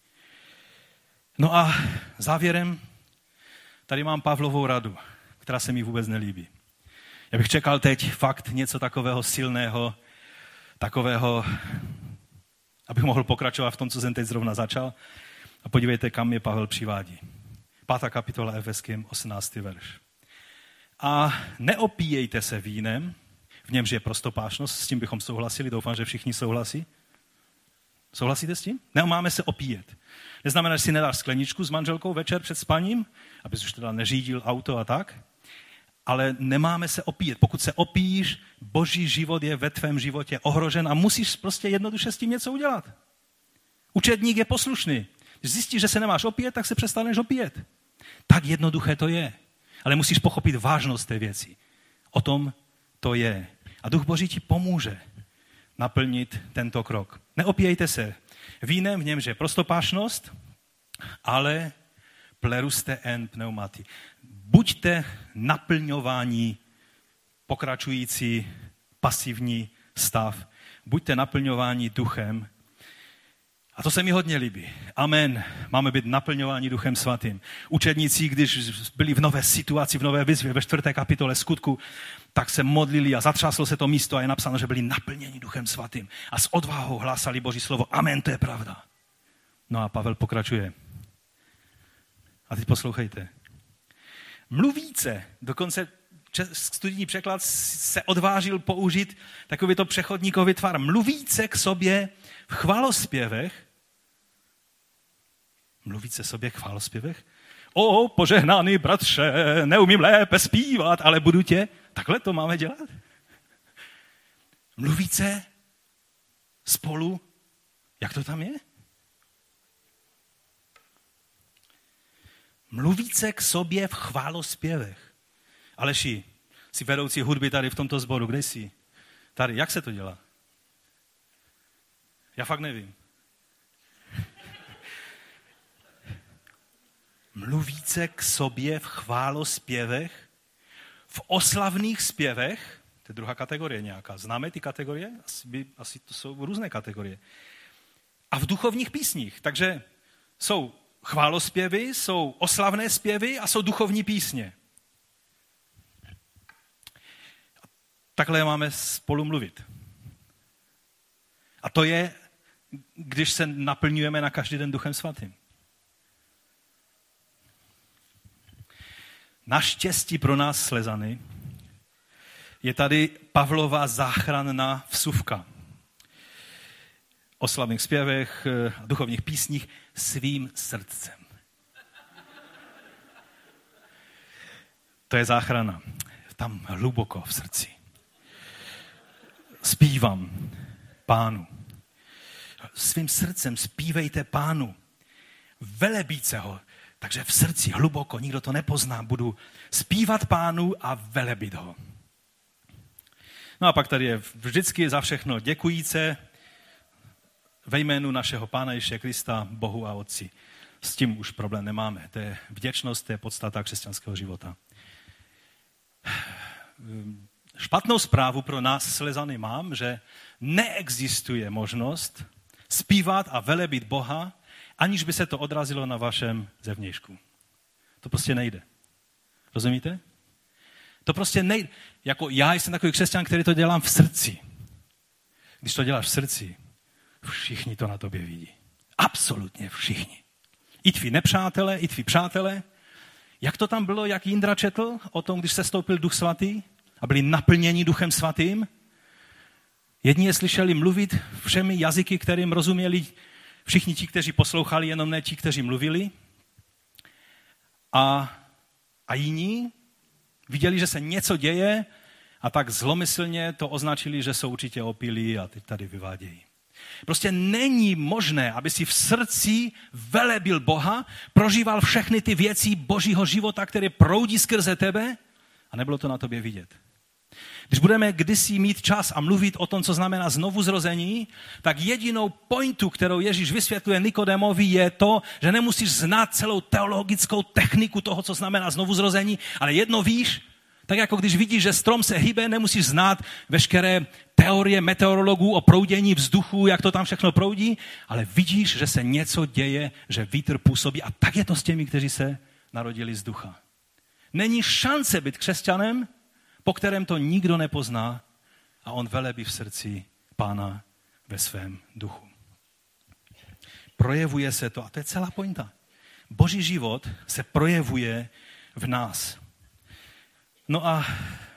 No a závěrem tady mám Pavlovou radu, která se mi vůbec nelíbí. Já bych čekal teď fakt něco takového silného, takového, abych mohl pokračovat v tom, co jsem teď zrovna začal. A podívejte, kam mě Pavel přivádí. 5. kapitola Efeským, 18. verš. A neopíjejte se vínem, v němž je prostopášnost, s tím bychom souhlasili, doufám, že všichni souhlasí. Souhlasíte s tím? Nemáme se opíjet. Neznamená, že si nedáš skleničku s manželkou večer před spaním, abys už teda neřídil auto a tak, ale nemáme se opíjet. Pokud se opíjíš, Boží život je ve tvém životě ohrožen a musíš prostě jednoduše s tím něco udělat. Učedník je poslušný. Když zjistíš, že se nemáš opíjet, tak se přestaneš opíjet. Tak jednoduché to je. Ale musíš pochopit vážnost té věci. O tom to je. A Duch Boží ti pomůže naplnit tento krok. Neopíjejte se vínem, v němž je prostopášnost, ale pleruste en pneumati. Buďte naplňováni pokračující pasivní stav. Buďte naplňováni duchem. A to se mi hodně líbí. Amen. Máme být naplňováni Duchem Svatým. Učedníci, když byli v nové situaci, v nové výzvě, ve 4. kapitole Skutku, tak se modlili a zatřáslo se to místo a je napsáno, že byli naplněni Duchem Svatým. A s odvahou hlásali Boží slovo. Amen, to je pravda. No a Pavel pokračuje. A teď poslouchejte. Mluvíce, dokonce studijní překlad se odvážil použít takovýto přechodníkový tvar. Mluvíce k sobě v chvalospěvech Mluvit se sobě k chválospěvech? O, požehnaný bratře, neumím lépe zpívat, ale budu tě. Takhle to máme dělat? Mluvit se spolu, jak to tam je? Mluvit se k sobě v chválospěvech. Aleši, jsi vedoucí hudby tady v tomto sboru, kde jsi? Tady, jak se to dělá? Já fakt nevím. Mluvit se k sobě v chválospěvech, v oslavných zpěvech, to je druhá kategorie nějaká. Známe ty kategorie? Asi to jsou různé kategorie. A v duchovních písních. Takže jsou chválospěvy, jsou oslavné zpěvy a jsou duchovní písně. Takhle máme spolu mluvit. A to je, když se naplňujeme na každý den Duchem Svatým. Naštěstí pro nás Slezany je tady Pavlova záchranná vsuvka. O slavných zpěvech, duchovních písních svým srdcem. To je záchrana. Tam hluboko v srdci. Zpívám Pánu. Svým srdcem zpívejte Pánu. Velebíte ho. Takže v srdci hluboko, nikdo to nepozná, budu zpívat Pánu a velebit ho. No a pak tady je vždycky za všechno děkujíce ve jménu našeho Pána Ježíše Krista, Bohu a Otci. S tím už problém nemáme. To je vděčnost, to je podstata křesťanského života. Špatnou zprávu pro nás Slezany mám, že neexistuje možnost zpívat a velebit Boha, aniž by se to odrazilo na vašem zevnějšku. To prostě nejde. Rozumíte? To prostě nejde. Jako já jsem takový křesťan, který to dělám v srdci. Když to děláš v srdci, všichni to na tobě vidí. Absolutně všichni. I tví nepřátelé, i tví přátelé. Jak to tam bylo, jak Jindra četl o tom, když se stoupil Duch Svatý a byli naplněni Duchem Svatým? Jedni je slyšeli mluvit všemi jazyky, kterým rozuměli všichni ti, kteří poslouchali, jenom ne ti, kteří mluvili. A jiní viděli, že se něco děje a tak zlomyslně to označili, že jsou určitě opilí a teď tady vyvádějí. Prostě není možné, aby si v srdci velebil Boha, prožíval všechny ty věci Božího života, které proudí skrze tebe a nebylo to na tobě vidět. Když budeme kdysi mít čas a mluvit o tom, co znamená znovuzrození, tak jedinou pointu, kterou Ježíš vysvětluje Nikodémovi, je to, že nemusíš znát celou teologickou techniku toho, co znamená znovuzrození, ale jedno víš, tak jako když vidíš, že strom se hýbe, nemusíš znát veškeré teorie meteorologů o proudění vzduchu, jak to tam všechno proudí, ale vidíš, že se něco děje, že vítr působí a tak je to s těmi, kteří se narodili z ducha. Není šance být křesťanem, po kterém to nikdo nepozná a on velebí v srdci Pána ve svém duchu. Projevuje se to, a to je celá pointa. Boží život se projevuje v nás. No a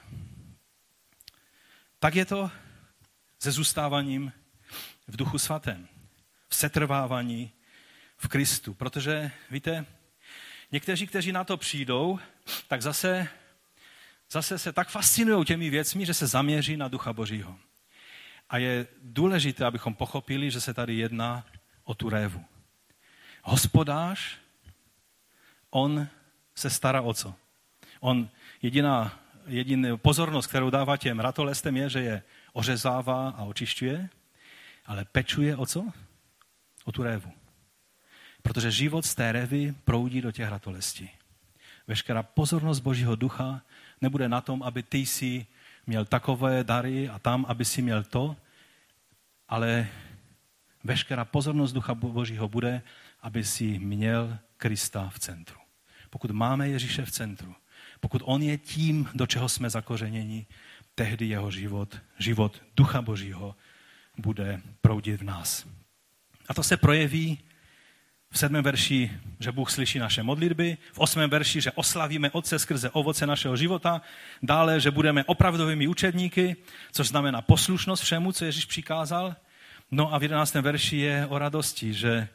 tak je to se zůstáváním v Duchu Svatém, v setrvávání v Kristu. Protože, víte, někteří, kteří na to přijdou, tak zase se tak fascinují těmi věcmi, že se zaměří na Ducha Božího. A je důležité, abychom pochopili, že se tady jedná o tu révu. Hospodář, on se stará o co? Jediná pozornost, kterou dává těm ratolestem, je, že je ořezává a očišťuje, ale pečuje o co? O tu révu. Protože život z té révy proudí do těch ratolestí. Veškerá pozornost Božího ducha nebude na tom, aby ty si měl takové dary a tam, aby si měl to, ale veškerá pozornost Ducha Božího bude, aby si měl Krista v centru. Pokud máme Ježíše v centru, pokud on je tím, do čeho jsme zakořeněni, tehdy jeho život Ducha Božího bude proudit v nás. A to se projeví v 7. verši, že Bůh slyší naše modlitby, v 8. verši, že oslavíme Otce skrze ovoce našeho života, dále, že budeme opravdovými učedníky, což znamená poslušnost všemu, co Ježíš přikázal. No a v 11. verši je o radosti, že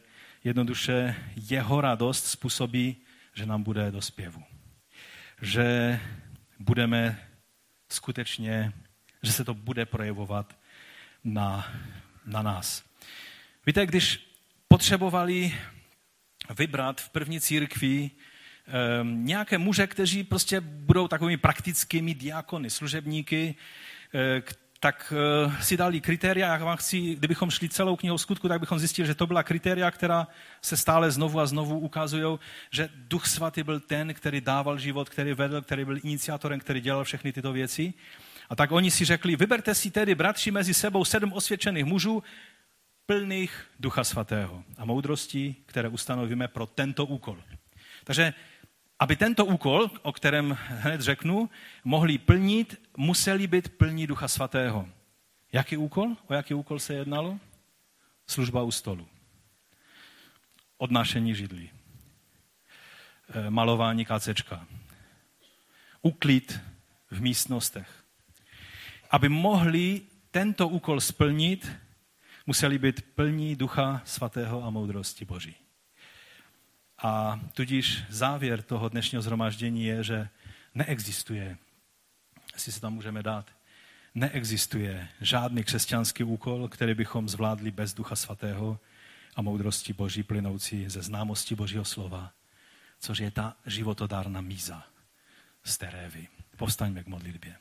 jednoduše jeho radost způsobí, že nám bude do zpěvu. Že budeme skutečně, že se to bude projevovat na nás. Víte, když potřebovali vybrat v první církvi nějaké muže, kteří prostě budou takovými praktickými diakony, služebníky, tak si dali kritéria. Já vám chci, kdybychom šli celou knihou Skutku, tak bychom zjistili, že to byla kritéria, která se stále znovu a znovu ukazují, že Duch Svatý byl ten, který dával život, který vedl, který byl iniciátorem, který dělal všechny tyto věci. A tak oni si řekli, vyberte si tedy, bratři, mezi sebou 7 osvědčených mužů, plných Ducha Svatého a moudrosti, které ustanovíme pro tento úkol. Takže aby tento úkol, o kterém hned řeknu, mohli plnit, museli být plní Ducha Svatého. Jaký úkol? O jaký úkol se jednalo? Služba u stolu. Odnášení židlí. Malování kacečka. Uklid v místnostech. Aby mohli tento úkol splnit, museli být plní Ducha Svatého a moudrosti Boží. A tudíž závěr toho dnešního shromáždění je, že neexistuje, jestli se tam můžeme dát, neexistuje žádný křesťanský úkol, který bychom zvládli bez Ducha Svatého a moudrosti Boží plynoucí ze známosti Božího slova, což je ta životodárná míza z té révy. Povstaňme k modlitbě.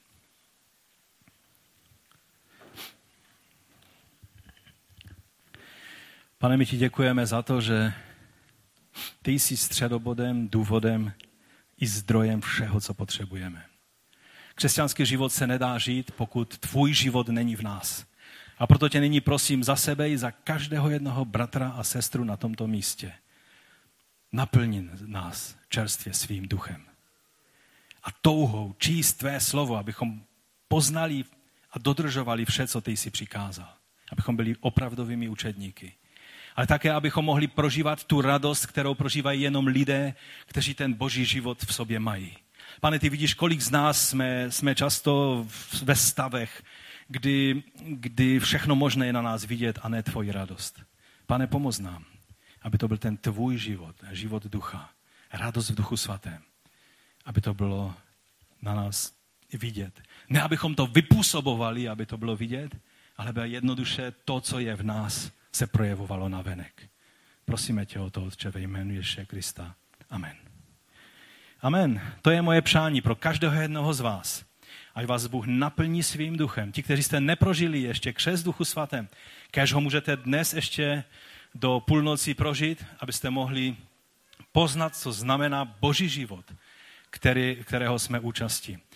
Pane, my ti děkujeme za to, že ty jsi středobodem, důvodem i zdrojem všeho, co potřebujeme. Křesťanský život se nedá žít, pokud tvůj život není v nás. A proto tě nyní prosím za sebe i za každého jednoho bratra a sestru na tomto místě. Naplni nás čerstvě svým duchem. A touhou číst tvé slovo, abychom poznali a dodržovali vše, co ty jsi přikázal. Abychom byli opravdovými učedníky. Ale také, abychom mohli prožívat tu radost, kterou prožívají jenom lidé, kteří ten boží život v sobě mají. Pane, ty vidíš, kolik z nás jsme často ve stavech, kdy všechno možné je na nás vidět a ne tvoji radost. Pane, pomoz nám, aby to byl ten tvůj život, život ducha, radost v Duchu Svatém, aby to bylo na nás vidět. Ne, abychom to vypůsobovali, aby to bylo vidět, ale aby jednoduše to, co je v nás, se projevovalo navenek. Prosíme tě o to, Otče, ve jménu Ježíše Krista. Amen. Amen. To je moje přání pro každého jednoho z vás. Ať vás Bůh naplní svým duchem. Ti, kteří jste neprožili ještě křest Duchu Svatém, kéž ho můžete dnes ještě do půlnoci prožít, abyste mohli poznat, co znamená boží život, kterého jsme účastí.